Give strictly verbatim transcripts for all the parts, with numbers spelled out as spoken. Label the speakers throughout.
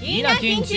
Speaker 1: イナキンチ。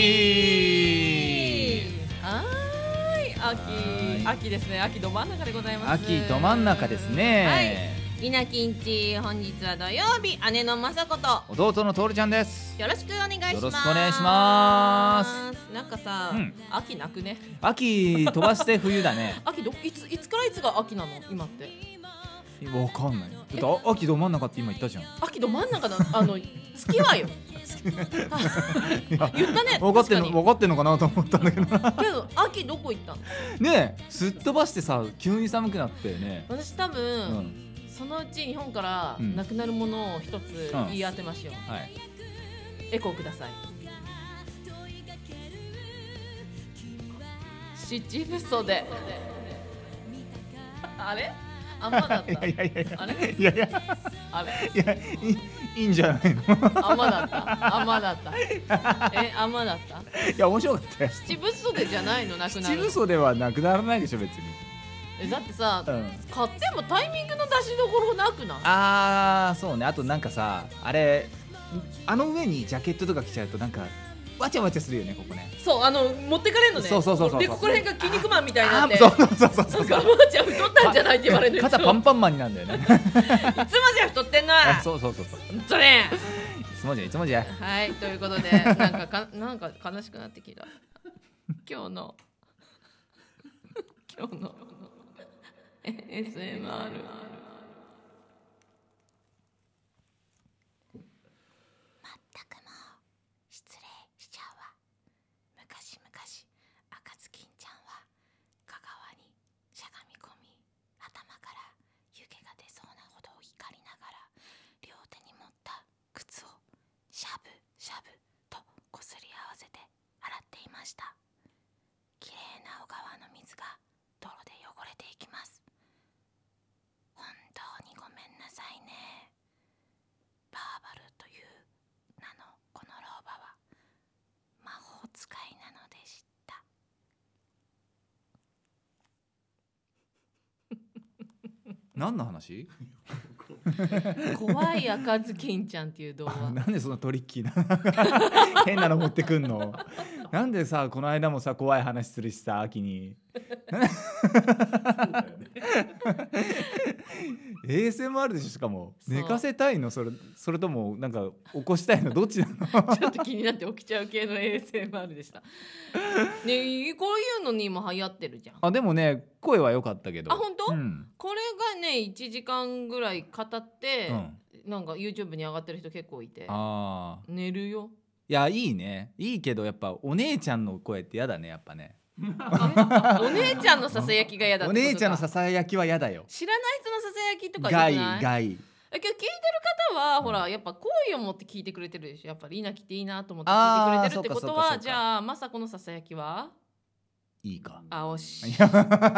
Speaker 2: はーい、秋、秋ですね。秋ど真ん中でございます。
Speaker 1: 秋ど真ん中ですね。
Speaker 2: はい。イナキンチ、本日は土曜日、姉のまさこと
Speaker 1: 弟のトールちゃんです。
Speaker 2: よろしくお願いします。
Speaker 1: よろしくお願いします。
Speaker 2: なんかさ、うん、秋なくね。
Speaker 1: 秋飛ばして冬だね。
Speaker 2: 秋どいついつからいつが秋なの今って。
Speaker 1: わかんない。だって秋ど真ん中って今言ったじゃん。
Speaker 2: 秋ど真ん中だ。あの月はよ。言ったね。
Speaker 1: 分かってんの分かってんのかなと思ったんだけど。
Speaker 2: けど秋どこ行ったの？
Speaker 1: ねえ、すっ飛ばしてさ、急に寒くなってね。
Speaker 2: 私多分、うん、そのうち日本からなくなるものを一つ言い当てましょう。うん、はい。エコーください。七分袖。あれ？あんまだった。いやいやいやあれ？いやいやあれ？
Speaker 1: いやいいいんじゃないの？
Speaker 2: あんまだった。あんまだった。え、あんまだった。
Speaker 1: いや面白かったよ。
Speaker 2: 七分袖じゃないのなくなる。
Speaker 1: 七分袖はなくならないでしょ別に。
Speaker 2: えだってさ、うん、買ってもタイミングの出しどころなくない？
Speaker 1: ああそうね。あとなんかさ、あれあの上にジャケットとか着ちゃうとなんかわちゃわちゃするよねここね。
Speaker 2: そうあの持ってかれるのね。
Speaker 1: そうそうそうそう。
Speaker 2: でここら辺が筋肉マンみたいになって。
Speaker 1: そうそうそうそう。
Speaker 2: なんかおばあちゃん太ったんじゃないって言われる。
Speaker 1: 肩パンパンマンになるんだよね。いつ
Speaker 2: もじゃ太ってんな。
Speaker 1: そうそうそうそう。
Speaker 2: 本当ね。
Speaker 1: いつもじゃいつもじゃ。
Speaker 2: はいということでなんかかなんか悲しくなってきた。今日の今日の エスエムアール。きれいな小川の水が泥で汚れていきます。本当にごめんなさいね。バーバルという名のこの老婆は魔法使いなのでした。
Speaker 1: 何の話？
Speaker 2: 怖い赤ずきんちゃんっていう動画。
Speaker 1: なんでそんなトリッキーな変なの持ってくんの？なんでさこの間もさ怖い話するしさ秋にエーエスエムアール でしょ。しかも寝かせたいのそれそれともなんか起こしたいのどっちなの？
Speaker 2: ちょっと気になって起きちゃう系の エーエスエムアール でしたね。こういうのにも流行ってるじゃん。
Speaker 1: あでもね声は良かったけど。
Speaker 2: あ本当？
Speaker 1: うん、
Speaker 2: これがねいちじかんぐらい語って、うん、なんか YouTube に上がってる人結構いて。あ寝るよ。
Speaker 1: いやいいねいいけどやっぱお姉ちゃんの声って嫌だねやっぱね。
Speaker 2: お姉ちゃんのささやきが嫌だってことか。
Speaker 1: お姉ちゃんのささやきは嫌だよ。
Speaker 2: 知らない人のささやきとか
Speaker 1: じゃない。害害。
Speaker 2: え今日聞いてる方は、うん、ほらやっぱ好意を持って聞いてくれてるでしょ。やっぱりイナキっていいなと思って聞いてくれてるってことはじゃあまさこのささやきはいいか。あおし。おしよし。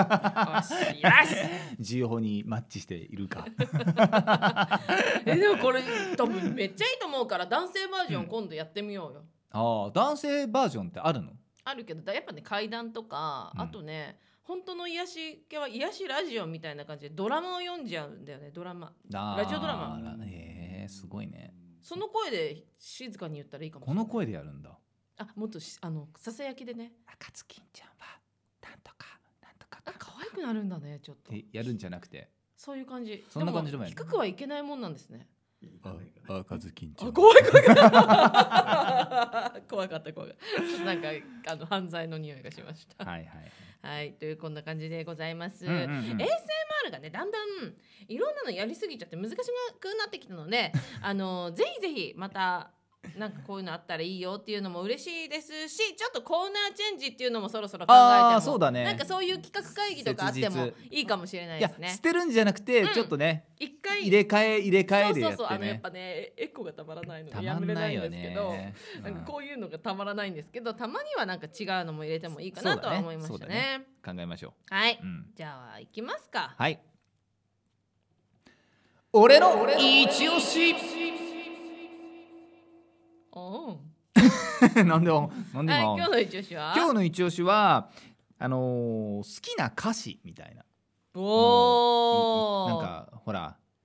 Speaker 1: 需要にマッチしているか。
Speaker 2: えでもこれ多分めっちゃいいと思うから男性バージョン今度やってみようよ。
Speaker 1: うん、ああ男性バージョンってあるの？
Speaker 2: あるけどやっぱね怪談とか、うん、あとね本当の癒し系は癒しラジオみたいな感じでドラマを読んじゃうんだよね。ドラマラジオドラマ。
Speaker 1: へえすごいね。
Speaker 2: その声で静かに言ったらいいかもし
Speaker 1: れない。この声でやるんだ。
Speaker 2: あもっとあのささやきでね。
Speaker 1: 赤ずきんちゃんはなんとかなんとか
Speaker 2: あ可愛くなるんだねちょっと。
Speaker 1: やるんじゃなくて
Speaker 2: そういう感じ。
Speaker 1: そんな感じでもやる。
Speaker 2: 低くはいけないもんなんですね。
Speaker 1: あ赤ずきんちゃん。
Speaker 2: 怖い怖い怖い怖かった怖かった。なんかあの犯罪の匂いがしました。
Speaker 1: はいはい
Speaker 2: はいというこんな感じでございます。うんうんうん、エーエスエムアール がねだんだんいろんなのやりすぎちゃって難しくなってきたのであのぜひぜひまたなんかこういうのあったらいいよっていうのも嬉しいですしちょっとコーナーチェンジっていうのもそろそろ考えても
Speaker 1: あそうだね。
Speaker 2: なんかそういう企画会議とかあってもいいかもしれないですね。
Speaker 1: いや捨てるんじゃなくて、うん、ちょっとね一回入れ替え入れ替えでやってね。
Speaker 2: そうそうそうあのやっぱねエコがたまらないのでやめれないんですけど、なんかこういうのがたまらないんですけどたまにはなんか違うのも入れてもいいかなとは思いました ね, ね, ね
Speaker 1: 考えましょう。
Speaker 2: はい、うん、じゃあ行きますか。
Speaker 1: はい俺の一押しなんでなんで、
Speaker 2: はい、今日の一押しは
Speaker 1: 今日の一押しはあのー、好きな歌詞みたいな。
Speaker 2: お
Speaker 1: なんかほら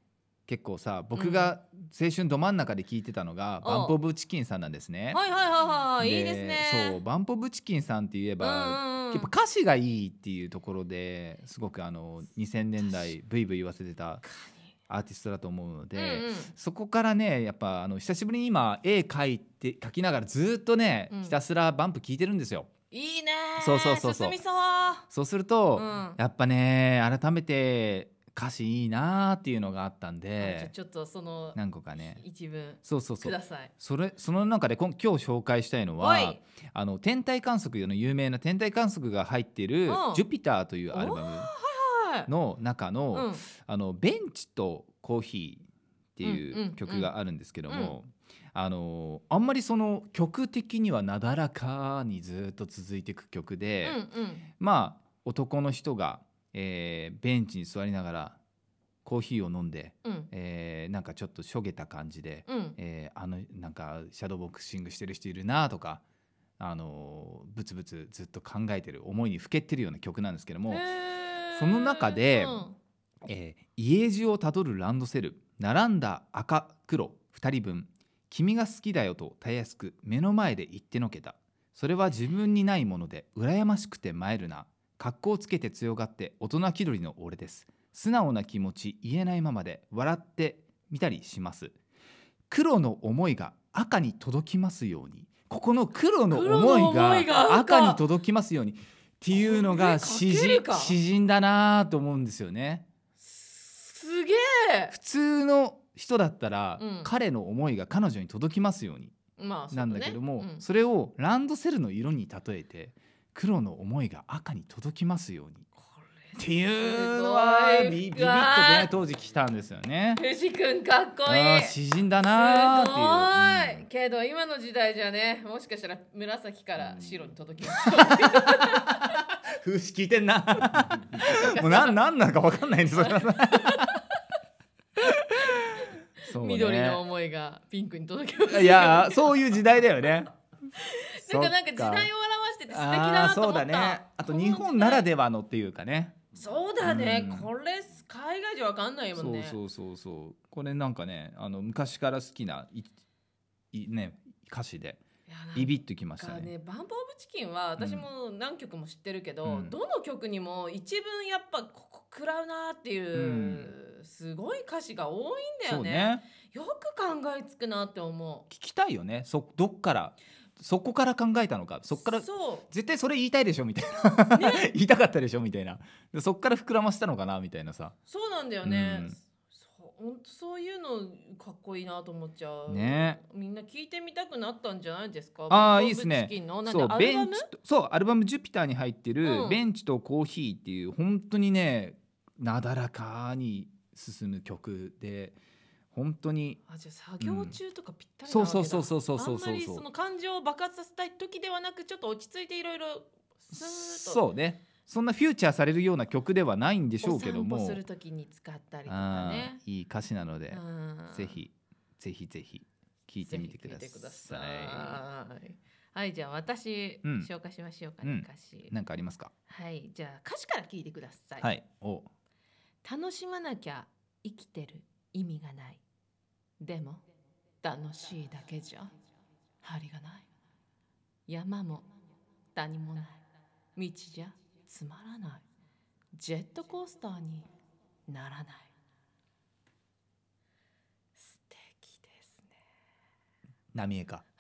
Speaker 1: 結構さ僕が青春ど真ん中で聞いてたのが、
Speaker 2: うん
Speaker 1: バンプオブチキンさんなんですね。
Speaker 2: はいはいはいはい、いいですね。
Speaker 1: そうバンプオブチキンさんって言えば、
Speaker 2: うんうんうん、
Speaker 1: やっぱ歌詞がいいっていうところですごくあのにせんねんだいブイブイ言わせてたアーティストだと思うので、
Speaker 2: うんうん、
Speaker 1: そこからねやっぱあの久しぶりに今絵描いて描きながらずっとね、うん、ひたすらバンプ聞いてるんですよ。
Speaker 2: いいね。
Speaker 1: そうそうそうそう。
Speaker 2: 進みそう。
Speaker 1: そうすると、
Speaker 2: うん、
Speaker 1: やっぱね改めて歌詞いいなっていうのがあったんで、
Speaker 2: じゃちょっとその
Speaker 1: 何個かね
Speaker 2: 一文
Speaker 1: そうそうそう
Speaker 2: ください。
Speaker 1: それその中で今今日紹介したいのはあの天体観測の有名な天体観測が入っている「ジュピター」というアルバムの中の、うん、あのベンチとコーヒーっていう曲があるんですけども、うんうんうん、あのあんまりその曲的にはなだらかにずっと続いていく曲で、うんうん、まあ男の人が、えー、ベンチに座りながらコーヒーを飲んで、うんえー、なんかちょっとしょげた感じで、うんえー、あのなんかシャドーボクシングしてる人いるなとか、あのブツブツずっと考えてる思いにふけってるような曲なんですけども、その中で、うんえー、家路をたどるランドセル並んだ赤黒ふたりぶん君が好きだよとたやすく目の前で言ってのけた。それは自分にないもので羨ましくて参るな。格好つけて強がって大人気取りの俺です。素直な気持ち言えないままで笑ってみたりします。黒の思いが赤に届きますように。ここの黒の思いが赤に届きますようにっていうのが詩人、詩人だなと思うんですよね。
Speaker 2: すげえ。
Speaker 1: 普通の人だったら、うん、彼の思いが彼女に届きますように、まあ、なんだけども、うん、それをランドセルの色に例えて黒の思いが赤に届きますようにっていうのはビビビッとね当時来たんですよね。
Speaker 2: 藤君かっこいい。
Speaker 1: 詩人だなっていう。
Speaker 2: すごい、うん、けど今の時代じゃねもしかしたら紫から白に届きます、うん、
Speaker 1: 風刺聞いてんなもう何なんなのか分かんないんですよ
Speaker 2: ね、緑の思いがピンクに届きます。
Speaker 1: いやそういう時代だよね
Speaker 2: なんかなんか時代を表してて素敵だなと思った。あ、そうだね。
Speaker 1: あと日本ならではのっていうかね。
Speaker 2: そうだね、うん、これ海外じゃ分かんないもんね。
Speaker 1: そうそうそうそうこれなんかねあの昔から好きないい、ね、歌詞でビビッときましたね。
Speaker 2: ねバンプオブチキンは私も何曲も知ってるけど、うん、どの曲にも一文やっぱここ食らうなっていう、うん、すごい歌詞が多いんだよ ね, ねよく考えつくなって思う。
Speaker 1: 聞きたいよね。そどっからそこから考えたのか。そっから絶対それ言いたいでしょみたいな、ね、言いたかったでしょみたいな。でそっから膨らましたのかなみたいなさ。
Speaker 2: そうなんだよね、うん、そうそういうのかっこいいなと思っちゃう、
Speaker 1: ね、
Speaker 2: みんな聞いてみたくなったんじゃないですか。
Speaker 1: ああいいですね。
Speaker 2: そうアルバム
Speaker 1: そうアルバムジュピターに入ってる、うん、ベンチとコーヒーっていう本当にねなだらかに進む曲で本当に
Speaker 2: あじゃあ作業中とかぴったりなわけだ、
Speaker 1: うん、そうそうそうそうそうそうそう。
Speaker 2: あんまりその感情を爆発させたい時ではなくちょっと落ち着いていろいろスーッと
Speaker 1: そうねそんなフューチャーされるような曲ではないんでしょうけども
Speaker 2: お散歩する時に使ったりとかね
Speaker 1: いい歌詞なのでぜひぜひぜひ聴いてみてください。
Speaker 2: はいじゃあ私、うん、紹介しましょうかね、うん、歌詞
Speaker 1: なんかありますか。
Speaker 2: はいじゃあ歌詞から聞いてください。
Speaker 1: はいお
Speaker 2: 楽しまなきゃ生きてる意味がない。でも楽しいだけじゃ張りがない。山も谷もない道じゃつまらない。ジェットコースターにならない。素敵ですね。
Speaker 1: 浪江か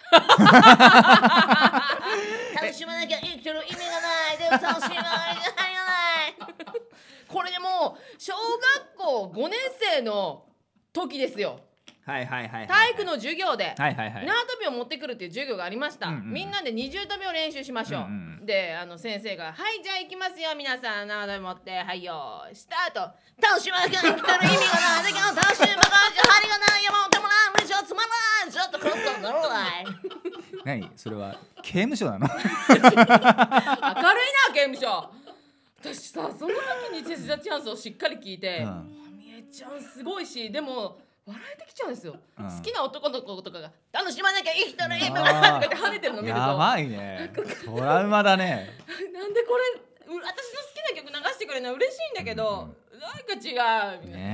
Speaker 2: 楽しまなきゃ生きてる意味がない。でも楽しまなきゃ張りがないこれでもう小学校ごねん生の時ですよ。
Speaker 1: はいはいはいはい、
Speaker 2: 体育の授業で、
Speaker 1: はいはいはい、
Speaker 2: 縄跳びを持ってくるっていう授業がありました、うんうん、みんなで二重跳びを練習しましょう、うんうん、であの先生がはいじゃあ行きますよ皆さん縄跳び持ってはいよスタート。楽しまなきゃ生きてる意味がないだけど楽しいばかりじゃ張りがない。山も手もない道はつまらない。ちょっとクロスとならない
Speaker 1: 何それは刑務所なの
Speaker 2: 明るいな刑務所。私さその時にチェスジャチャンスをしっかり聞いて、うん、みえちゃんすごいしでも笑えてきちゃうんですよ、うん、好きな男の子とかが楽しまなきゃ生きてる意味がないとか言って跳ねてるの見ると
Speaker 1: やばいねトラウマだね
Speaker 2: なんでこれ私の好きな曲流してくれるのは嬉しいんだけど、うん、なんか違うみたいな、
Speaker 1: ね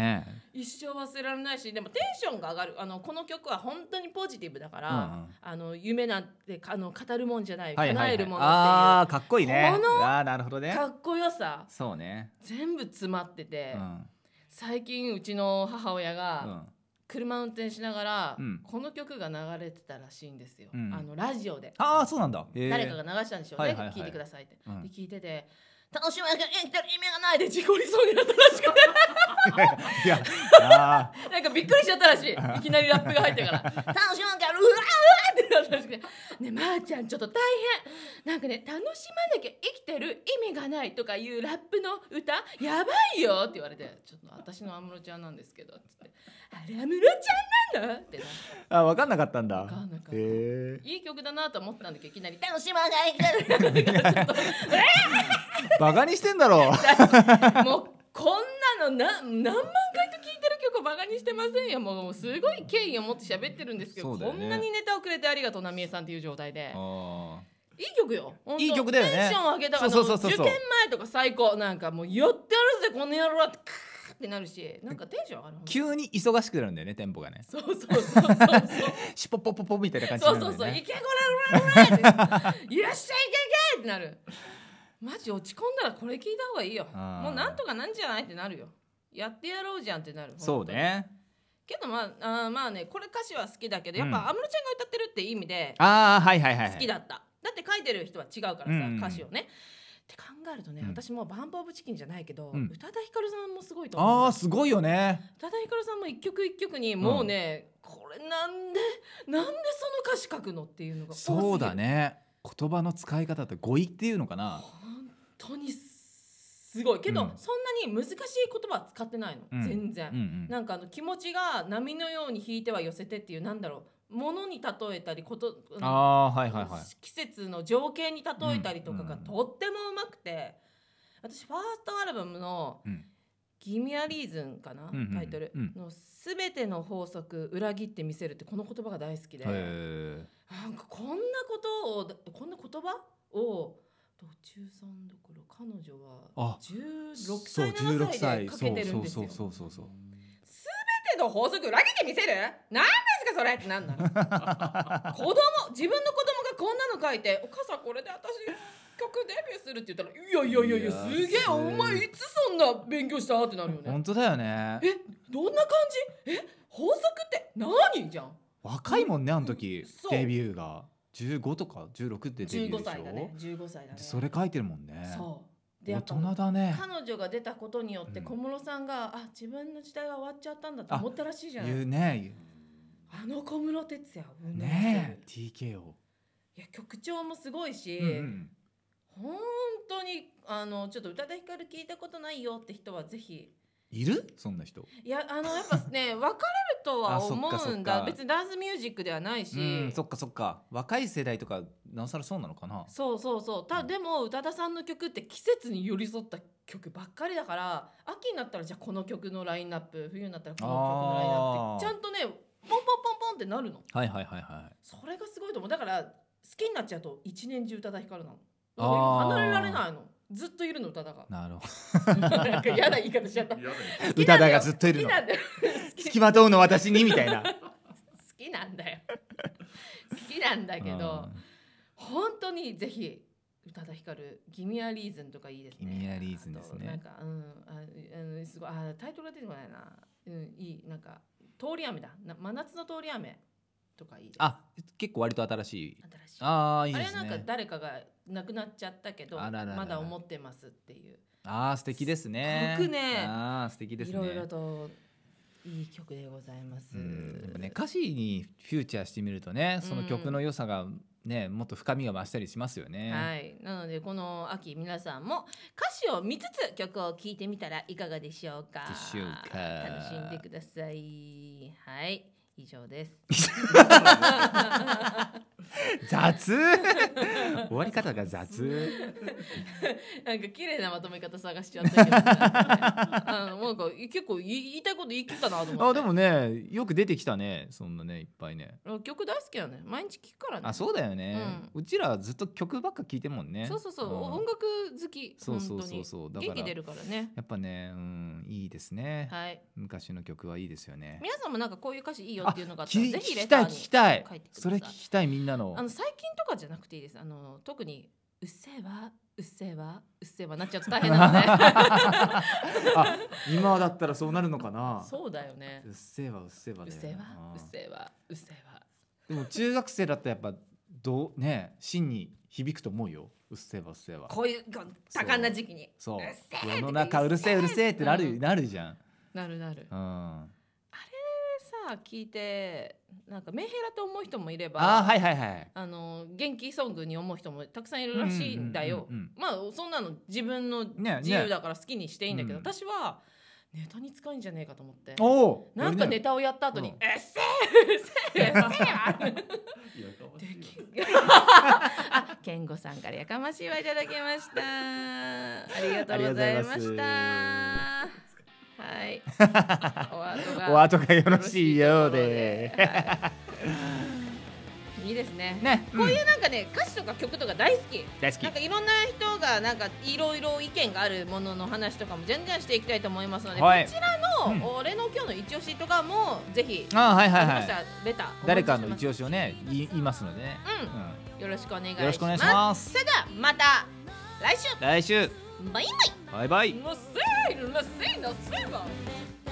Speaker 2: 一生忘れられないし、でもテンションが上がる。あのこの曲は本当にポジティブだから、うんうん、あの夢なんてあの語るもんじゃない、はいはいはい、叶えるものっていう、
Speaker 1: あーかっこいいね。
Speaker 2: この
Speaker 1: あーなるほどね、
Speaker 2: かっこよさ、
Speaker 1: そうね、
Speaker 2: 全部詰まってて、
Speaker 1: うん、
Speaker 2: 最近うちの母親が、うん、車運転しながら、うん、この曲が流れてたらしいんですよ、うん、あのラジオで。
Speaker 1: ああそうなんだ、
Speaker 2: 誰かが流したんでしょうね、はいはいはい、聞いてくださいって、うん、で聞いてて、楽しみが生きてる意味がないで事故りそうになったらしくていやあなんかびっくりしちゃったらしい。いきなりラップが入ってから楽しみがうわうわってなったらしくて、ねえまーちゃんちょっと大変、なんかね楽しまなきゃ生きてる意味がないとかいうラップの歌やばいよって言われて、ちょっと私の安室ちゃんなんですけどつってあれ安室ちゃんなのってな
Speaker 1: あ分かんなかったんだ。
Speaker 2: 分かんなかった、えー、いい曲だなと思ったんだけど、いきなり楽しまなきゃ生きてるちょっと
Speaker 1: バカにしてんだろもう
Speaker 2: こんなのな何万回と聴いてる曲をバカにしてませんよ。もうすごい敬意を持って喋ってるんですけど、ね、こんなにネタをくれてありがとうなみえさんっていう状態で、あいい曲よ、
Speaker 1: いい曲だよね。
Speaker 2: テンション上げたから受験前とか最高、なんかもうやってやるぜこの野郎ってカーってなるし、なんかテンション上がる。
Speaker 1: 急に忙しくなるんだよね、テンポがね。
Speaker 2: そうそうそうそうそう
Speaker 1: シポポポポみたいな感じになるんだよね。
Speaker 2: そうそうそう、いけこれこれこれっていらっしゃいいけいけってなる。マジ落ち込んだらこれ聞いた方がいいよ。もうなんとかなんじゃないってなるよ。やってやろうじゃんってなる。
Speaker 1: そうね。
Speaker 2: けどまああまあね、これ歌詞は好きだけど、やっぱ安室ちゃんが歌ってるって意味で、
Speaker 1: うん、ああはいはいはい、
Speaker 2: 好きだった。だって書いてる人は違うからさ、うん、歌詞をね。って考えるとね、うん、私もバンプオブチキンじゃないけど、うん、宇多田ヒカルさんもすごいと思う。
Speaker 1: ああすごいよね。
Speaker 2: 宇多田ヒカルさんも一曲一曲にもうね、うん、これなんでなんでその歌詞書くのっていうのが多すぎる。
Speaker 1: そうだね。言葉の使い方って語彙っていうのかな。
Speaker 2: 本当にすごいけど、うん、そんなに難しい言葉は使ってないの、うん、全然、うんうん、なんかあの気持ちが波のように引いては寄せてっていう、なんだろう、物に例えたりこと、
Speaker 1: あ、はいはいはい、
Speaker 2: 季節の情景に例えたりとかがとってもうまくて、私ファーストアルバムの、うん、ギミアリーズンかな、うんうん、タイトルのすべての法則裏切ってみせるってこの言葉が大好きで、なんかこんなことをこんな言葉を中さんどころ彼女はじゅうろくさいななさいでかけてるんですよ。
Speaker 1: そうそうそうそうそう。
Speaker 2: すべての法則裏切ってみせる？何ですかそれってなんなの？子供、自分の子供がこんなの書いて、お母さんこれで私曲デビューするって言ったら、いやいやいやいやすげえ、お前いつそんな勉強したってなるよね。
Speaker 1: 本当だよね。
Speaker 2: え、どんな感じ？え、法則って何じゃん。
Speaker 1: 若いもんね、あの時、うん、デビューがじゅうごとかじゅうろくでデビューでしょ。じゅうごさいだね。じゅうごさいだね。それ書いてるもんね。
Speaker 2: そう
Speaker 1: で、大人だね。
Speaker 2: 彼女が出たことによって小室さんが、うん、あ、自分の時代は終わっちゃったんだと思ったらしいじゃない。
Speaker 1: 言うね。
Speaker 2: あの小室哲哉
Speaker 1: ねえ ティーケーオー。
Speaker 2: いや曲調もすごいし、うんうん、本当にあのちょっと宇多田ヒカル聞いたことないよって人はぜひ。
Speaker 1: いる？そんな人。
Speaker 2: いや、あのやっぱね分かれるとは思うんだ。別にダンスミュージックではないし、
Speaker 1: うん、そっかそっか、若い世代とかなおさらそうなのかな。
Speaker 2: そうそうそう。ただでも宇多田さんの曲って季節に寄り添った曲ばっかりだから、秋になったらじゃあこの曲のラインナップ、冬になったらこの曲のラインナップってちゃんとねポンポンポンポンってなるの。
Speaker 1: はいはいはいはい。
Speaker 2: それがすごいと思う。だから好きになっちゃうと一年中宇多田ヒカルなの。離れられないの。ずっといるの宇多田が。
Speaker 1: なるほど。
Speaker 2: なんか嫌な言い方しちゃった。
Speaker 1: 宇多田がずっといるの。付きまとうの私にみたいな。好
Speaker 2: きなんだよ。好きなんだけど、本当にぜひ宇多田ヒカルギミアリーズンとかいいですね。
Speaker 1: ギミアリーズンですね。
Speaker 2: なんかうんああすごい、あタイトルが出てこないな。うんいい、なんか通り雨だ。な真夏の通り雨。とかいいです。
Speaker 1: あ、結構割と新しい。
Speaker 2: 新しい。
Speaker 1: ああ、いいですね。
Speaker 2: あれはなんか誰かが亡くなっちゃったけど、まだ思ってますっていう。
Speaker 1: ああ、素敵ですね。
Speaker 2: 曲ね。
Speaker 1: ああ、素敵ですね。
Speaker 2: いろいろといい曲でございます。
Speaker 1: うん、でもね、歌詞にフューチャーしてみるとね、その曲の良さがね、もっと深みが増したりしますよね。
Speaker 2: はい。なのでこの秋皆さんも歌詞を見つつ曲を聴いてみたらいかがでしょうか。
Speaker 1: でしょうか。
Speaker 2: 楽しんでください。はい。以上です。
Speaker 1: 雑終わり方が雑
Speaker 2: なんか綺麗なまとめ方探しちゃったけど、ね、あのなんか結構言いたいこと言い切ったなと思って。
Speaker 1: あでもねよく出てきたねそんなねいっぱいね。
Speaker 2: 曲大好きだね毎日聴くからね。
Speaker 1: あそうだよね、うん、うちらずっと曲ばっか聴いてるもんね。
Speaker 2: そうそうそう、うん、音楽好き。
Speaker 1: そうそうそうそう
Speaker 2: だから元気出るからね
Speaker 1: やっぱね、うん、いいですね、
Speaker 2: はい、
Speaker 1: 昔の曲はいいですよね。
Speaker 2: 皆さんもなんかこういう歌詞いいよっていうのがあったらぜひレ
Speaker 1: ター
Speaker 2: に書いてく
Speaker 1: ださい。
Speaker 2: 聞きたい
Speaker 1: それ聞きたいみんなの。
Speaker 2: あの最近とかじゃなくていいです。あの特にうっせぇわうっせぇわうっせぇわなっちゃうと大変なのであ
Speaker 1: 今だったらそうなるのかな。
Speaker 2: そうだよね。
Speaker 1: うっせぇわうっせぇわ
Speaker 2: うっせぇわうっせぇわうっせぇわ。
Speaker 1: でも中学生だったらやっぱどうね芯に響くと思うよ。うっせぇわうっせぇわ。
Speaker 2: こういう多感な時期に
Speaker 1: そう世の中うるせえうるせえってなる、
Speaker 2: うん、
Speaker 1: なるじゃん。
Speaker 2: なるなる、
Speaker 1: うん、あ
Speaker 2: れさ聞いてなんかメンヘラと思う人もいれば
Speaker 1: あ、はいはいはい、
Speaker 2: あの元気ソングに思う人もたくさんいるらしいんだよ。まあそんなの自分の自由だから好きにしていいんだけど、ねね、私はネタに使うんじゃねえかと思って。おなんかネタをやった後に「うっせえうっせえうっせえ」あ、健吾さんからやかましいわいただきました。ありがとうございました。はい。
Speaker 1: お後がよろしいようで。
Speaker 2: いいですね。
Speaker 1: ね、
Speaker 2: こういうなんかね、うん、歌詞とか曲とか大好き。
Speaker 1: 大好き。
Speaker 2: なんかいろんな人がなんかいろいろ意見があるものの話とかも全然していきたいと思いますので、はい、こちらの、うん、俺の今日の一押しとかもぜひ
Speaker 1: あはいはいはい。
Speaker 2: レター
Speaker 1: 誰かの一押しをね言いますのでね。
Speaker 2: うん。うん、よろしくお願いします。
Speaker 1: よろしくお願いします。
Speaker 2: それではまた来週。
Speaker 1: 来週。
Speaker 2: バイバイ。
Speaker 1: バイバイ。
Speaker 2: のせいのせいのせいの。